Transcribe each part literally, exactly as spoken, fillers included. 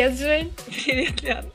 Привет, Жень. Привет, Лян.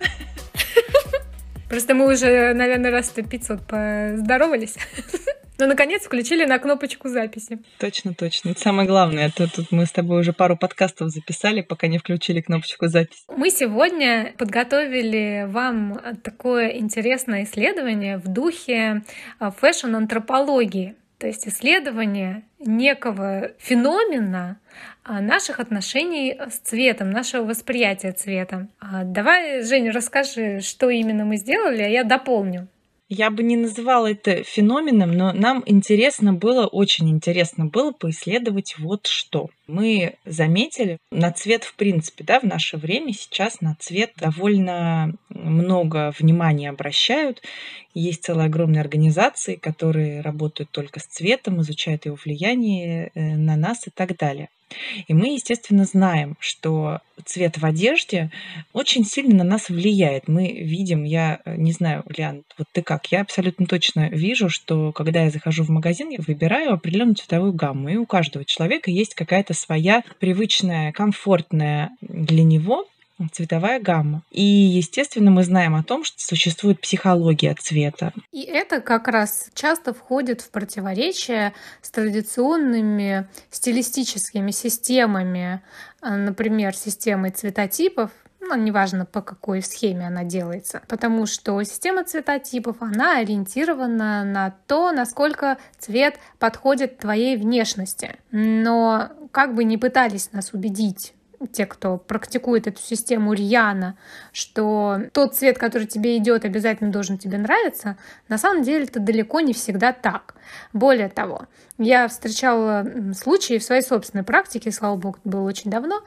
Просто мы уже, наверное, раз сто пятьсот поздоровались. Но, наконец, включили на кнопочку записи. Точно, точно. Это самое главное. А то тут мы с тобой уже пару подкастов записали, пока не включили кнопочку записи. Мы сегодня подготовили вам такое интересное исследование в духе фэшн-антропологии. То есть исследование некого феномена наших отношений с цветом, нашего восприятия цвета. Давай, Женя, расскажи, что именно мы сделали, а я дополню. Я бы не называла это феноменом, но нам интересно было, очень интересно было поисследовать вот что. Мы заметили на цвет, в принципе, да, в наше время сейчас на цвет довольно много внимания обращают. Есть целые огромные организации, которые работают только с цветом, изучают его влияние на нас и так далее. И мы, естественно, знаем, что цвет в одежде очень сильно на нас влияет. Мы видим, я не знаю, Лян, вот ты как? Я абсолютно точно вижу, что когда я захожу в магазин, я выбираю определенную цветовую гамму. И у каждого человека есть какая-то своя привычная, комфортная для него цветовая гамма. И, естественно, мы знаем о том, что существует психология цвета. И это как раз часто входит в противоречие с традиционными стилистическими системами, например, системой цветотипов, ну, неважно, по какой схеме она делается, потому что система цветотипов, она ориентирована на то, насколько цвет подходит твоей внешности. Но как бы ни пытались нас убедить те, кто практикует эту систему рьяно, что тот цвет, который тебе идет, обязательно должен тебе нравиться, на самом деле это далеко не всегда так. Более того, я встречала случаи в своей собственной практике, слава богу, это было очень давно,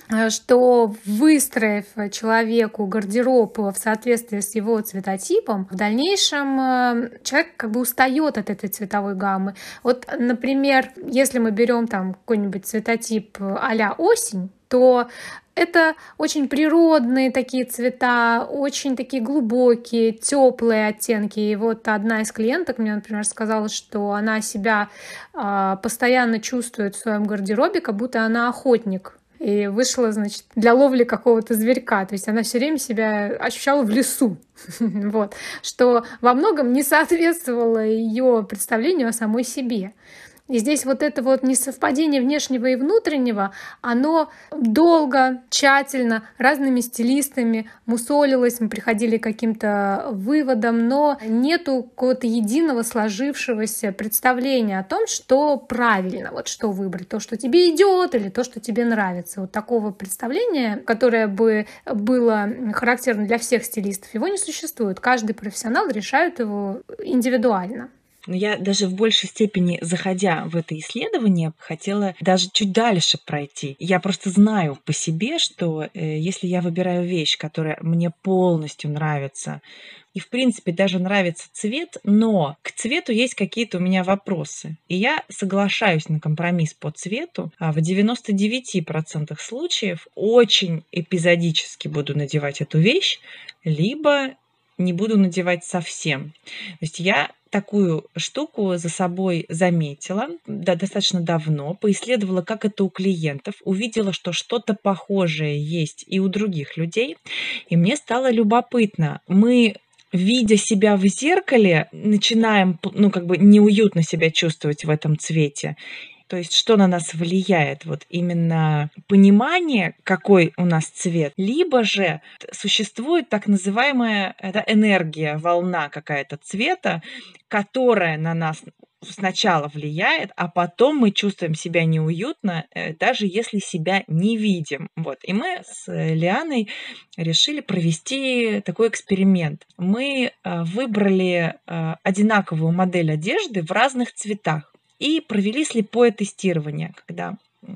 что, выстроив человеку гардероб в соответствии с его цветотипом, в дальнейшем человек как бы устает от этой цветовой гаммы. Вот, например, если мы берем там какой-нибудь цветотип а-ля осень, то это очень природные такие цвета, очень такие глубокие, теплые оттенки. И вот одна из клиенток мне, например, сказала, что она себя э, постоянно чувствует в своем гардеробе, как будто она охотник. И вышла, значит, для ловли какого-то зверька. То есть она все время себя ощущала в лесу. Вот. Что во многом не соответствовало ее представлению о самой себе. И здесь вот это вот несовпадение внешнего и внутреннего, оно долго, тщательно, разными стилистами мусолилось, мы приходили к каким-то выводам, но нету какого-то единого сложившегося представления о том, что правильно, вот что выбрать, то, что тебе идет, или то, что тебе нравится. Вот такого представления, которое бы было характерно для всех стилистов, его не существует. Каждый профессионал решает его индивидуально. Но я даже в большей степени, заходя в это исследование, хотела даже чуть дальше пройти. Я просто знаю по себе, что э, если я выбираю вещь, которая мне полностью нравится, и, в принципе, даже нравится цвет, но к цвету есть какие-то у меня вопросы. И я соглашаюсь на компромисс по цвету, а в девяноста девяти процентах случаев очень эпизодически буду надевать эту вещь, либо не буду надевать совсем. То есть я такую штуку за собой заметила да, достаточно давно, поисследовала, как это у клиентов, увидела, что что-то похожее есть и у других людей, и мне стало любопытно. Мы, видя себя в зеркале, начинаем, ну, как бы неуютно себя чувствовать в этом цвете. То есть что на нас влияет? Вот именно понимание, какой у нас цвет, либо же существует так называемая да, энергия, волна какая-то цвета, которая на нас сначала влияет, а потом мы чувствуем себя неуютно, даже если себя не видим. Вот. И мы с Лианой решили провести такой эксперимент. Мы выбрали одинаковую модель одежды в разных цветах и провели слепое тестирование, когда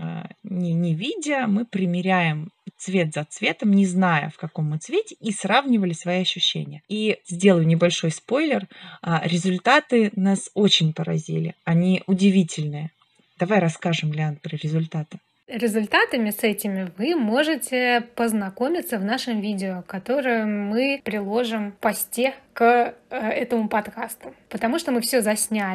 не, не видя, мы примеряем цвет за цветом, не зная, в каком мы цвете, и сравнивали свои ощущения. И сделаю небольшой спойлер, результаты нас очень поразили, они удивительные. Давай расскажем, Лян, про результаты. Результатами с этими вы можете познакомиться в нашем видео, которое мы приложим в посте к этому подкасту. Потому что мы все засняли,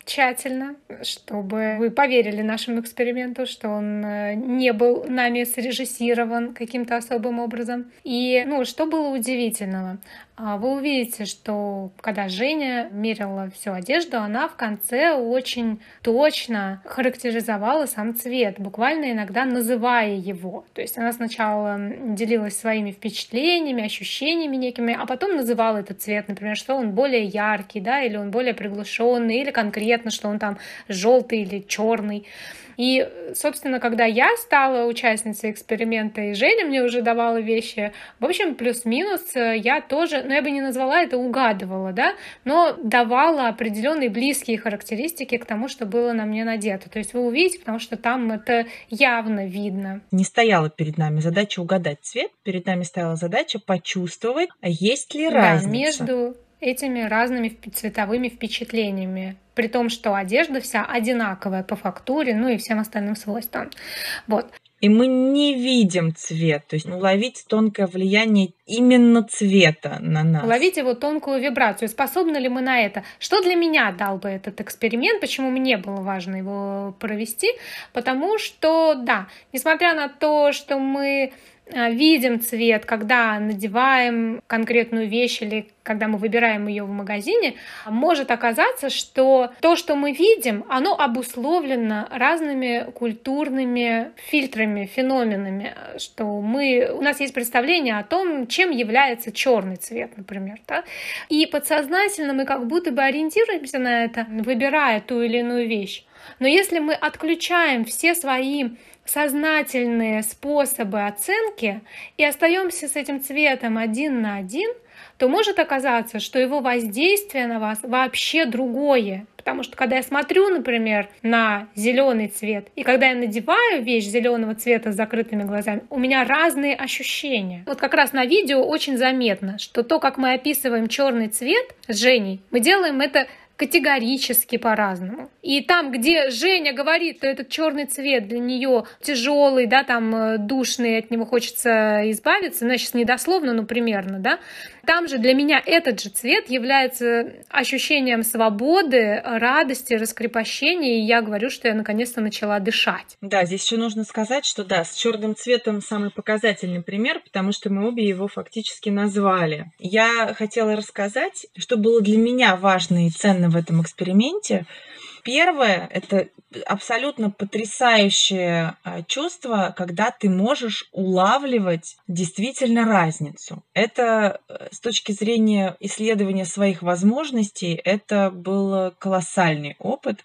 тщательно, чтобы вы поверили нашему эксперименту, что он э, не был нами срежиссирован каким-то особым образом. И, ну, что было удивительного? А, Вы увидите, что когда Женя мерила всю одежду, она в конце очень точно характеризовала сам цвет, буквально иногда называя его. То есть она сначала делилась своими впечатлениями, ощущениями некими, а потом называла этот цвет, например, что он более яркий, да, или он более приглушенный, или конкретно, что он там желтый или черный. И, собственно, когда я стала участницей эксперимента, и Женя мне уже давала вещи, в общем, плюс-минус я тоже, ну, я бы не назвала это, угадывала, да, но давала определенные близкие характеристики к тому, что было на мне надето. То есть вы увидите, потому что там это явно видно. Не стояла перед нами задача угадать цвет, перед нами стояла задача почувствовать, а есть ли Да, разница. между этими разными вп- цветовыми впечатлениями, при том, что одежда вся одинаковая по фактуре, ну и всем остальным свойствам. Вот. И мы не видим цвет, то есть уловить тонкое влияние именно цвета на нас. Уловить его тонкую вибрацию. Способны ли мы на это? Что для меня дал бы этот эксперимент? Почему мне было важно его провести? Потому что, да, несмотря на то, что мы видим цвет, когда надеваем конкретную вещь или когда мы выбираем ее в магазине, может оказаться, что то, что мы видим, оно обусловлено разными культурными фильтрами, феноменами, что мы, у нас есть представление о том, чем является черный цвет, например. Да? И подсознательно мы как будто бы ориентируемся на это, выбирая ту или иную вещь. Но если мы отключаем все свои сознательные способы оценки и остаемся с этим цветом один на один, то может оказаться, что его воздействие на вас вообще другое. Потому что когда я смотрю, например, на зеленый цвет, и когда я надеваю вещь зеленого цвета с закрытыми глазами, у меня разные ощущения. Вот как раз на видео очень заметно, что то, как мы описываем черный цвет с Женей, мы делаем это категорически по-разному. И там, где Женя говорит, что этот черный цвет для нее тяжелый, да, там душный, от него хочется избавиться, ну, я сейчас недословно, но примерно, да, там же для меня этот же цвет является ощущением свободы, радости, раскрепощения, и я говорю, что я наконец-то начала дышать. Да, здесь еще нужно сказать, что да, с черным цветом самый показательный пример, потому что мы обе его фактически назвали. Я хотела рассказать, что было для меня важно и ценно в этом эксперименте. Первое — это абсолютно потрясающее чувство, когда ты можешь улавливать действительно разницу. Это с точки зрения исследования своих возможностей, это был колоссальный опыт.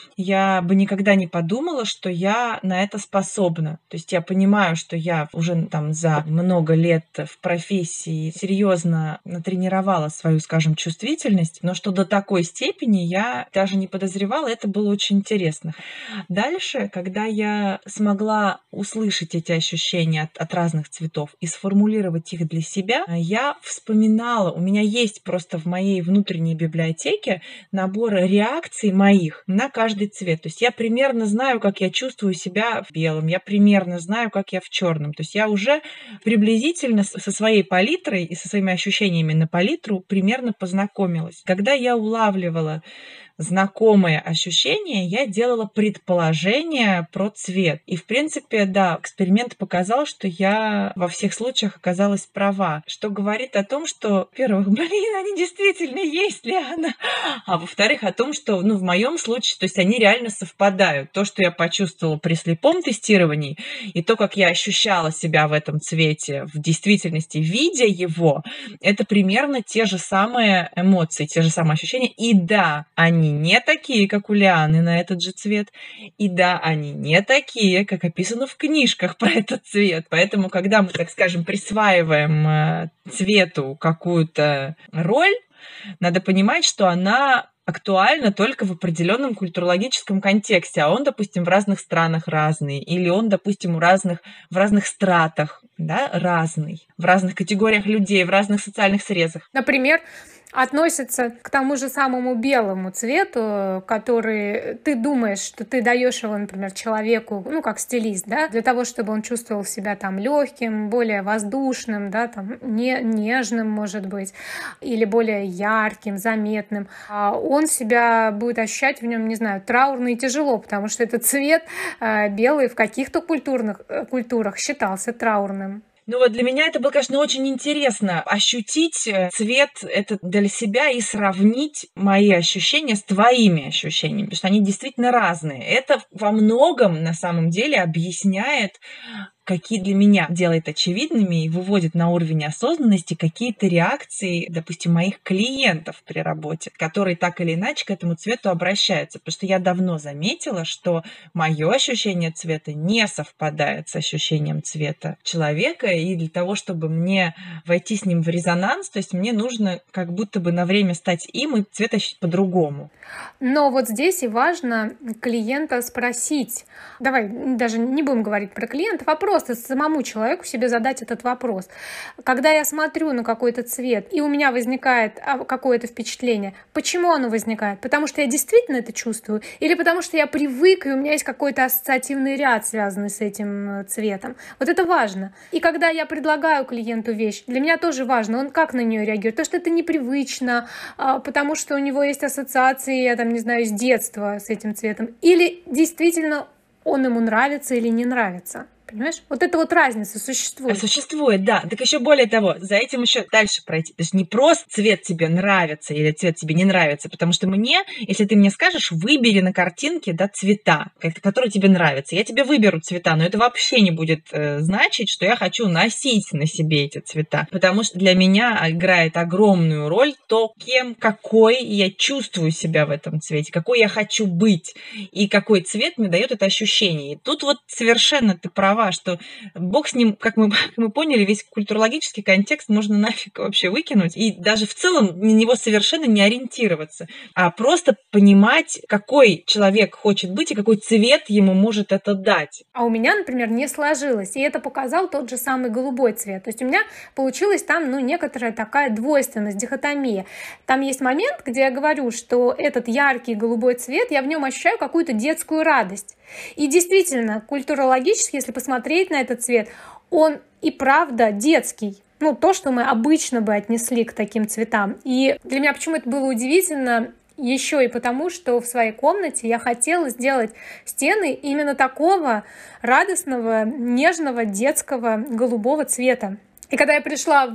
Я бы никогда не подумала, что я на это способна. То есть я понимаю, что я уже там за много лет в профессии серьезно натренировала свою, скажем, чувствительность, но что до такой степени я даже не подозревала, это было очень интересно. Дальше, когда я смогла услышать эти ощущения от, от разных цветов и сформулировать их для себя, я вспоминала, у меня есть просто в моей внутренней библиотеке набор реакций моих на каждый цвет. То есть я примерно знаю, как я чувствую себя в белом, я примерно знаю, как я в черном. То есть я уже приблизительно со своей палитрой и со своими ощущениями на палитру примерно познакомилась. Когда я улавливала знакомые ощущения, я делала предположения про цвет. И, в принципе, да, эксперимент показал, что я во всех случаях оказалась права. Что говорит о том, что, во-первых, блин, они действительно есть, Лиана. А во-вторых, о том, что, ну, в моем случае, то есть они реально совпадают. То, что я почувствовала при слепом тестировании, и то, как я ощущала себя в этом цвете в действительности, видя его, это примерно те же самые эмоции, те же самые ощущения. И да, они не такие, как у Лианы на этот же цвет. И да, они не такие, как описано в книжках про этот цвет. Поэтому, когда мы, так скажем, присваиваем цвету какую-то роль, надо понимать, что она актуальна только в определенном культурологическом контексте, а он, допустим, в разных странах разный, или он, допустим, в разных, в разных стратах да, разный, в разных категориях людей, в разных социальных срезах. Например, относится к тому же самому белому цвету, который ты думаешь, что ты даешь его, например, человеку, ну, как стилист, да, для того, чтобы он чувствовал себя там легким, более воздушным, да, там, не, нежным, может быть, или более ярким, заметным. А он себя будет ощущать в нем, не знаю, траурно и тяжело, потому что этот цвет э, белый в каких-то культурных, культурах считался траурным. Ну вот для меня это было, конечно, очень интересно ощутить цвет это для себя и сравнить мои ощущения с твоими ощущениями, потому что они действительно разные. Это во многом на самом деле объясняет, какие для меня делает очевидными и выводит на уровень осознанности какие-то реакции, допустим, моих клиентов при работе, которые так или иначе к этому цвету обращаются. Потому что я давно заметила, что мое ощущение цвета не совпадает с ощущением цвета человека, и для того, чтобы мне войти с ним в резонанс, то есть мне нужно как будто бы на время стать им и цвет ощутить по-другому. Но вот здесь и важно клиента спросить. Давай даже не будем говорить про клиентов, а просто самому человеку себе задать этот вопрос. Когда я смотрю на какой-то цвет, и у меня возникает какое-то впечатление, почему оно возникает? Потому что я действительно это чувствую? Или потому что я привык, и у меня есть какой-то ассоциативный ряд, связанный с этим цветом? Вот это важно. И когда я предлагаю клиенту вещь, для меня тоже важно, он как на нее реагирует. То, что это непривычно, потому что у него есть ассоциации, я там не знаю, с детства с этим цветом. Или действительно он ему нравится или не нравится. Понимаешь? Вот эта вот разница существует. Существует, да. Так еще более того, за этим еще дальше пройти. То есть не просто цвет тебе нравится или цвет тебе не нравится, потому что мне, если ты мне скажешь, выбери на картинке, да, цвета, которые тебе нравятся, я тебе выберу цвета, но это вообще не будет э, значить, что я хочу носить на себе эти цвета, потому что для меня играет огромную роль то, кем, какой я чувствую себя в этом цвете, какой я хочу быть и какой цвет мне дает это ощущение. И тут вот совершенно ты права, что бог с ним, как мы, как мы поняли, весь культурологический контекст можно нафиг вообще выкинуть и даже в целом на него совершенно не ориентироваться, а просто понимать, какой человек хочет быть и какой цвет ему может это дать. А у меня, например, не сложилось, и это показал тот же самый голубой цвет. То есть у меня получилась там, ну, некоторая такая двойственность, дихотомия. Там есть момент, где я говорю, что этот яркий голубой цвет, я в нем ощущаю какую-то детскую радость. И действительно, культурологически, если посмотреть на этот цвет, он и правда детский. Ну, то, что мы обычно бы отнесли к таким цветам. И для меня почему это было удивительно, еще и потому, что в своей комнате я хотела сделать стены именно такого радостного, нежного, детского голубого цвета. И когда я пришла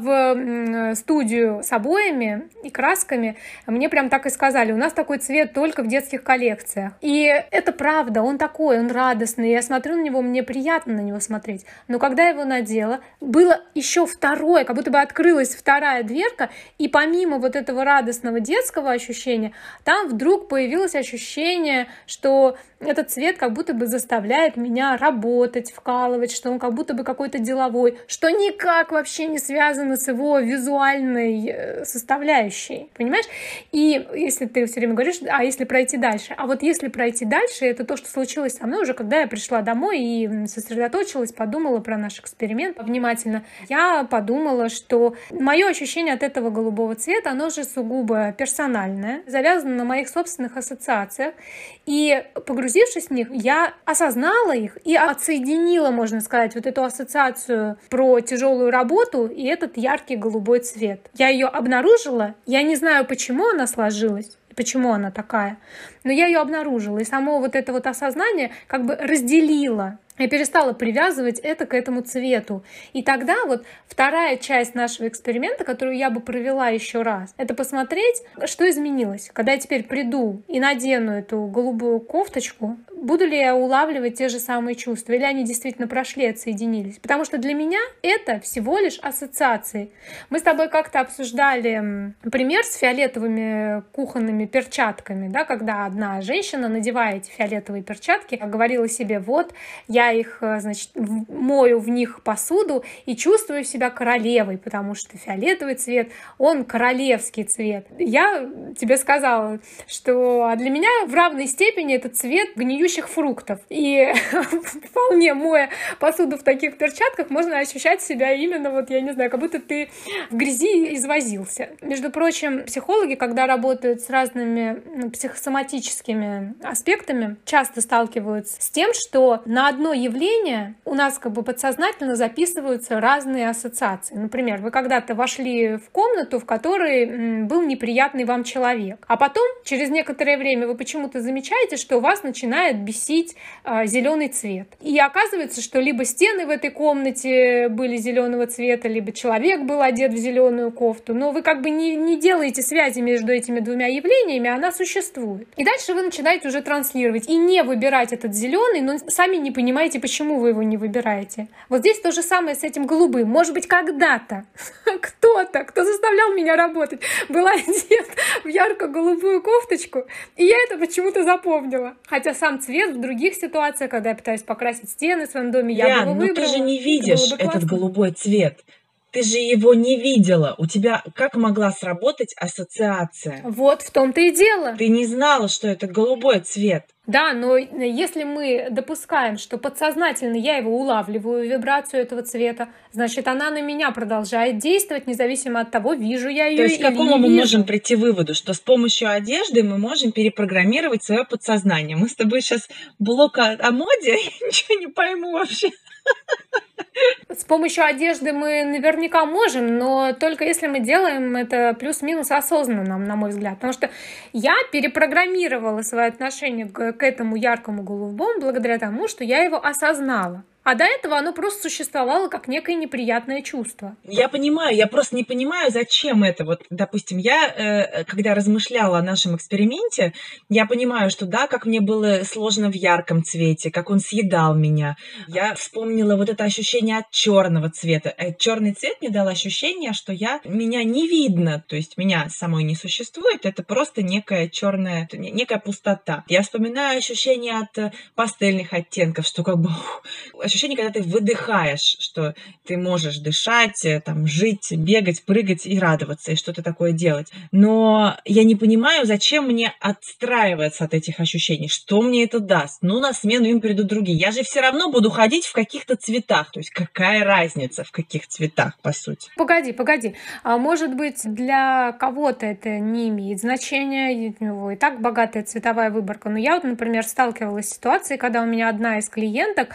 в студию с обоями и красками, мне прям так и сказали, у нас такой цвет только в детских коллекциях. И это правда, он такой, он радостный. Я смотрю на него, мне приятно на него смотреть. Но когда я его надела, было еще второе, как будто бы открылась вторая дверка, и помимо вот этого радостного детского ощущения, там вдруг появилось ощущение, что этот цвет как будто бы заставляет меня работать, вкалывать, что он как будто бы какой-то деловой, что никак вообще не связано с его визуальной составляющей, понимаешь? И если ты все время говоришь, а если пройти дальше? А вот если пройти дальше, это то, что случилось со мной уже, когда я пришла домой и сосредоточилась, подумала про наш эксперимент внимательно, я подумала, что мое ощущение от этого голубого цвета, оно же сугубо персональное, завязано на моих собственных ассоциациях, и погрузившись в них, я осознала их и отсоединила, можно сказать, вот эту ассоциацию про тяжелую работу и этот яркий голубой цвет. Я ее обнаружила, я не знаю, почему она сложилась, почему она такая, но я ее обнаружила, и само вот это вот осознание как бы разделило. Я перестала привязывать это к этому цвету. И тогда вот вторая часть нашего эксперимента, которую я бы провела еще раз, это посмотреть, что изменилось. Когда я теперь приду и надену эту голубую кофточку, буду ли я улавливать те же самые чувства, или они действительно прошли, отсоединились. Потому что для меня это всего лишь ассоциации. Мы с тобой как-то обсуждали пример с фиолетовыми кухонными перчатками, да, когда одна женщина, надевая эти фиолетовые перчатки, говорила себе, вот, я я их, значит, мою в них посуду и чувствую себя королевой, потому что фиолетовый цвет, он королевский цвет. Я тебе сказала, что для меня в равной степени это цвет гниющих фруктов. И вполне моя посуду в таких перчатках, можно ощущать себя именно, вот я не знаю, как будто ты в грязи извозился. Между прочим, психологи, когда работают с разными ну, психосоматическими аспектами, часто сталкиваются с тем, что на одно явление у нас как бы подсознательно записываются разные ассоциации. Например, вы когда-то вошли в комнату, в которой был неприятный вам человек, а потом, через некоторое время, вы почему-то замечаете, что у вас начинает бесить э, зеленый цвет. И оказывается, что либо стены в этой комнате были зеленого цвета, либо человек был одет в зеленую кофту, но вы как бы не, не делаете связи между этими двумя явлениями, она существует. И дальше вы начинаете уже транслировать и не выбирать этот зеленый, но сами не понимаете, почему вы его не выбираете. Вот здесь то же самое с этим голубым. Может быть, когда-то кто-то, кто заставлял меня работать, был одет в ярко-голубую кофточку, и я это почему-то запомнила. Хотя сам цвет в других ситуациях, когда я пытаюсь покрасить стены в своем доме, я Ян, бы его ну выбрала. ты же не видишь этот классно. голубой цвет. Ты же его не видела. У тебя как могла сработать ассоциация? Вот в том-то и дело. Ты не знала, что это голубой цвет. Да, но если мы допускаем, что подсознательно я его улавливаю, вибрацию этого цвета, значит, она на меня продолжает действовать, независимо от того, вижу я ее или не вижу. То есть к какому мы можем прийти выводу, что с помощью одежды мы можем перепрограммировать свое подсознание? Мы с тобой сейчас блок о, о моде, я ничего не пойму вообще. С помощью одежды мы наверняка можем, но только если мы делаем это плюс-минус осознанно, на мой взгляд. Потому что я перепрограммировала свое отношение к, к этому яркому голубому благодаря тому, что я его осознала. А до этого оно просто существовало как некое неприятное чувство. Я понимаю, я просто не понимаю, зачем это. Вот, допустим, я, э, когда размышляла о нашем эксперименте, я понимаю, что да, как мне было сложно в ярком цвете, как он съедал меня. Я вспомнила вот это ощущение от черного цвета. Черный цвет мне дал ощущение, что я, меня не видно, то есть меня самой не существует, это просто некая черная, некая пустота. Я вспоминаю ощущение от пастельных оттенков, что как бы... Ощущение, когда ты выдыхаешь, что ты можешь дышать, там, жить, бегать, прыгать и радоваться, и что-то такое делать. Но я не понимаю, зачем мне отстраиваться от этих ощущений, что мне это даст. Ну, на смену им придут другие. Я же все равно буду ходить в каких-то цветах. То есть какая разница, в каких цветах, по сути? Погоди, погоди. А может быть, для кого-то это не имеет значения, у него и так богатая цветовая выборка. Но я вот, например, сталкивалась с ситуацией, когда у меня одна из клиенток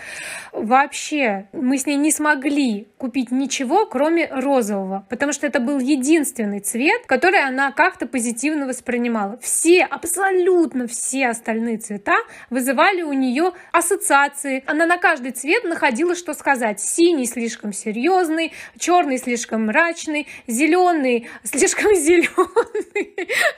вообще мы с ней не смогли купить ничего, кроме розового, потому что это был единственный цвет, который она как-то позитивно воспринимала. Все, абсолютно все остальные цвета вызывали у нее ассоциации. Она на каждый цвет находила, что сказать. Синий слишком серьезный, черный слишком мрачный, зеленый слишком зеленый.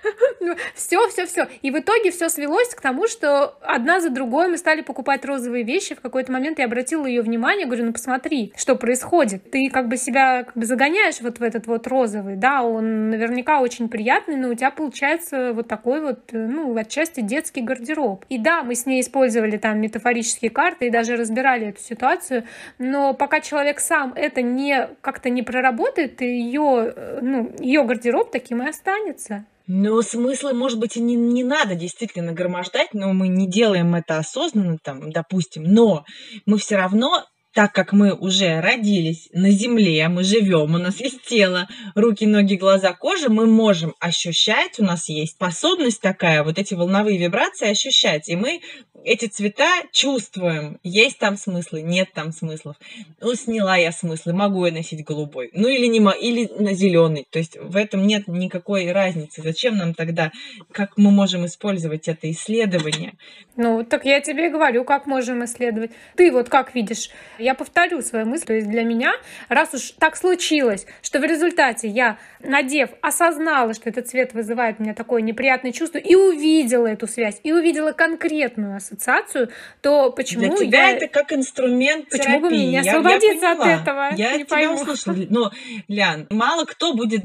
Все, все, все. И в итоге все свелось к тому, что одна за другой мы стали покупать розовые вещи. В какой-то момент я обратила ее внимание, говорю, ну посмотри, что происходит. Ты как бы себя как бы загоняешь вот в этот вот розовый, да, он наверняка очень приятный, но у тебя получается вот такой вот, ну, отчасти детский гардероб. И да, мы с ней использовали там метафорические карты и даже разбирали эту ситуацию, но пока человек сам это не как-то не проработает, ее, ну, ее гардероб таким и останется. Но смысла, может быть, и не, не надо действительно нагромождать, но мы не делаем это осознанно, там, допустим, но мы все равно, так как мы уже родились на земле, мы живем, у нас есть тело, руки, ноги, глаза, кожа, мы можем ощущать, у нас есть способность такая, вот эти волновые вибрации ощущать, и мы эти цвета чувствуем, есть там смыслы, нет там смыслов. Ну, сняла я смыслы, могу я носить голубой, ну или не или на зеленый. То есть в этом нет никакой разницы. Зачем нам тогда, как мы можем использовать это исследование? Ну, так я тебе и говорю, как можем исследовать. Ты вот как видишь, я повторю свою мысль, то есть для меня, раз уж так случилось, что в результате я, надев, осознала, что этот цвет вызывает у меня такое неприятное чувство, и увидела эту связь, и увидела конкретную ассоциацию, ассоциацию, то почему Для тебя я... это как инструмент терапии. Почему бы мне не Я- я освободиться от поняла. этого? Я Не тебя пойму. услышала. Но, Лян, мало кто будет,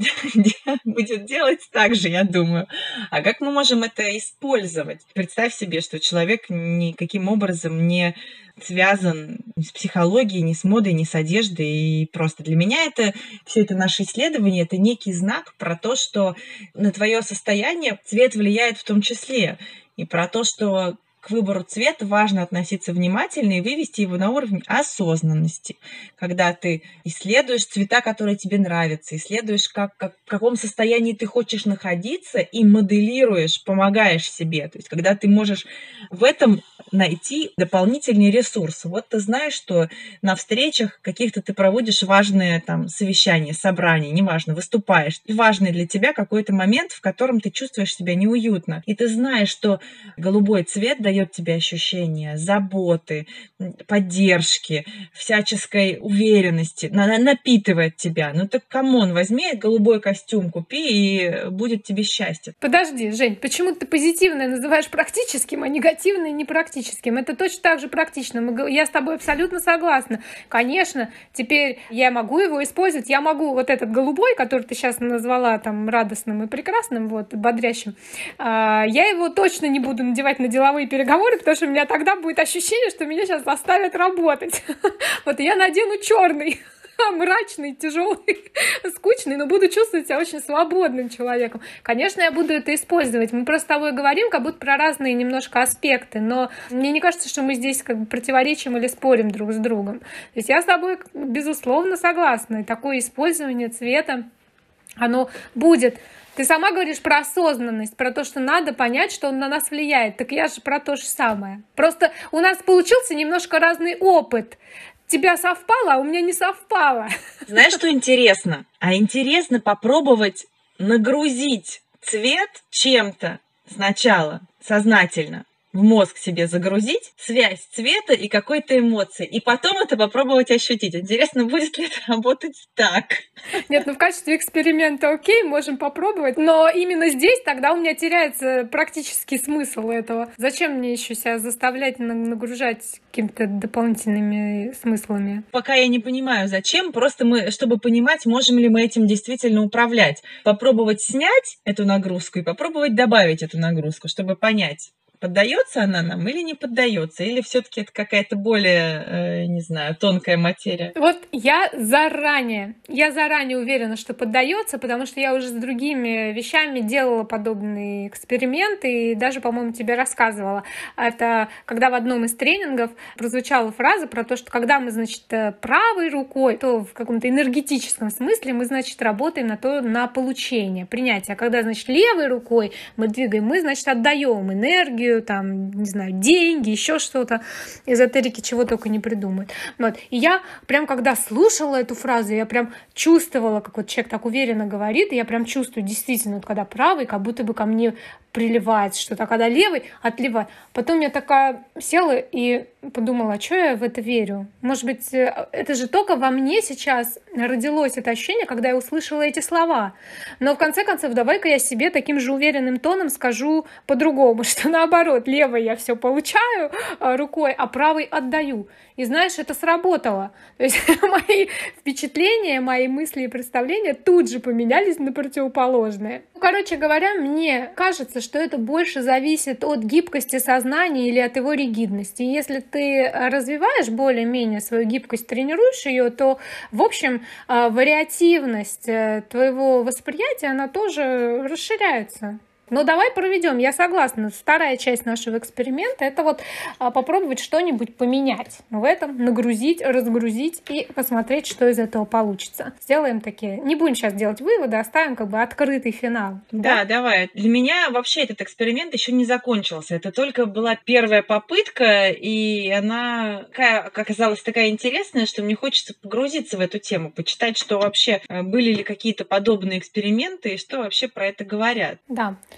будет делать так же, я думаю. А как мы можем это использовать? Представь себе, что человек никаким образом не связан ни с психологией, ни с модой, ни с одеждой. И просто для меня это все это наше исследование, это некий знак про то, что на твое состояние цвет влияет в том числе. И про то, что к выбору цвета важно относиться внимательно и вывести его на уровень осознанности. Когда ты исследуешь цвета, которые тебе нравятся, исследуешь, как, как, в каком состоянии ты хочешь находиться, и моделируешь, помогаешь себе. То есть когда ты можешь в этом найти дополнительный ресурс. Вот ты знаешь, что на встречах каких-то ты проводишь важные там совещания, собрания, неважно, выступаешь. И важный для тебя какой-то момент, в котором ты чувствуешь себя неуютно. И ты знаешь, что голубой цвет дает тебе ощущение заботы, поддержки, всяческой уверенности, на- напитывает тебя. Ну так камон, возьми голубой костюм, купи, и будет тебе счастье. Подожди, Жень, почему ты позитивное называешь практическим, а негативное непрактическим? Это точно так же практично. Мы го- Я с тобой абсолютно согласна. Конечно, теперь я могу его использовать. Я могу вот этот голубой, который ты сейчас назвала там радостным и прекрасным, вот, бодрящим, а, я его точно не буду надевать на деловые переговоры, потому что у меня тогда будет ощущение, что меня сейчас заставят работать. Вот я надену черный, мрачный, тяжелый, скучный, но буду чувствовать себя очень свободным человеком. Конечно, я буду это использовать. Мы просто с тобой говорим как будто про разные немножко аспекты, но мне не кажется, что мы здесь как бы противоречим или спорим друг с другом. То есть я с тобой, безусловно, согласна. И такое использование цвета, оно будет. Ты сама говоришь про осознанность, про то, что надо понять, что он на нас влияет. Так я же про то же самое. Просто у нас получился немножко разный опыт. Тебя совпало, а у меня не совпало. Знаешь, что интересно? А интересно попробовать нагрузить цвет чем-то сначала, сознательно, в мозг себе загрузить связь цвета и какой-то эмоции, и потом это попробовать ощутить. Интересно, будет ли это работать так? Нет, ну в качестве эксперимента окей, можем попробовать, но именно здесь тогда у меня теряется практический смысл этого. Зачем мне еще себя заставлять на- нагружать какими-то дополнительными смыслами? Пока я не понимаю, зачем, просто мы, чтобы понимать, можем ли мы этим действительно управлять. Попробовать снять эту нагрузку и попробовать добавить эту нагрузку, чтобы понять, поддается она нам или не поддается, или все-таки это какая-то более, э, не знаю, тонкая материя. Вот я заранее, я заранее уверена, что поддается, потому что я уже с другими вещами делала подобные эксперименты и даже, по-моему, тебе рассказывала. Это когда в одном из тренингов прозвучала фраза про то, что когда мы, значит, правой рукой, то в каком-то энергетическом смысле мы, значит, работаем на то, на получение, принятие. А когда, значит, левой рукой мы двигаем, мы, значит, отдаем энергию, там, не знаю, деньги, еще что-то. Эзотерики чего только не придумают. Вот. И я прям, когда слушала эту фразу, я прям чувствовала, как вот человек так уверенно говорит, и я прям чувствую действительно, вот когда правый, как будто бы ко мне приливает что-то, а когда левый отливает. Потом я такая села и подумала, а что я в это верю? Может быть, это же только во мне сейчас родилось это ощущение, когда я услышала эти слова. Но в конце концов, давай-ка я себе таким же уверенным тоном скажу по-другому, что наоборот, левой я все получаю рукой, а правой отдаю. И знаешь, это сработало. То есть мои впечатления, мои мысли и представления тут же поменялись на противоположные. Короче говоря, мне кажется, что это больше зависит от гибкости сознания или от его ригидности. И если ты развиваешь более-менее свою гибкость, тренируешь ее, то, в общем, вариативность твоего восприятия, она тоже расширяется. Но давай проведем. Я согласна. Вторая часть нашего эксперимента — это вот а, попробовать что-нибудь поменять в этом, нагрузить, разгрузить и посмотреть, что из этого получится. Сделаем такие. Не будем сейчас делать выводы, оставим как бы открытый финал. Да, Да? давай. Для меня вообще этот эксперимент еще не закончился. Это только была первая попытка, и она, такая, как оказалось, такая интересная, что мне хочется погрузиться в эту тему, почитать, что вообще э, были ли какие-то подобные эксперименты и что вообще про это говорят. Да.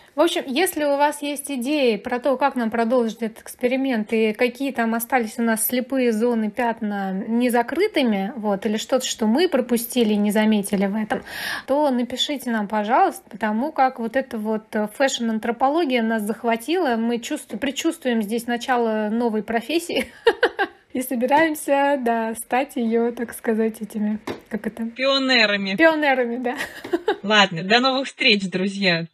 В общем, если у вас есть идеи про то, как нам продолжить этот эксперимент и какие там остались у нас слепые зоны, пятна незакрытыми, вот, или что-то, что мы пропустили и не заметили в этом, то напишите нам, пожалуйста, потому как вот эта вот фэшн-антропология нас захватила, мы чувствуем, предчувствуем здесь начало новой профессии и собираемся, да, стать ее, так сказать, этими, как это? Пионерами. Пионерами, да. Ладно, до новых встреч, друзья.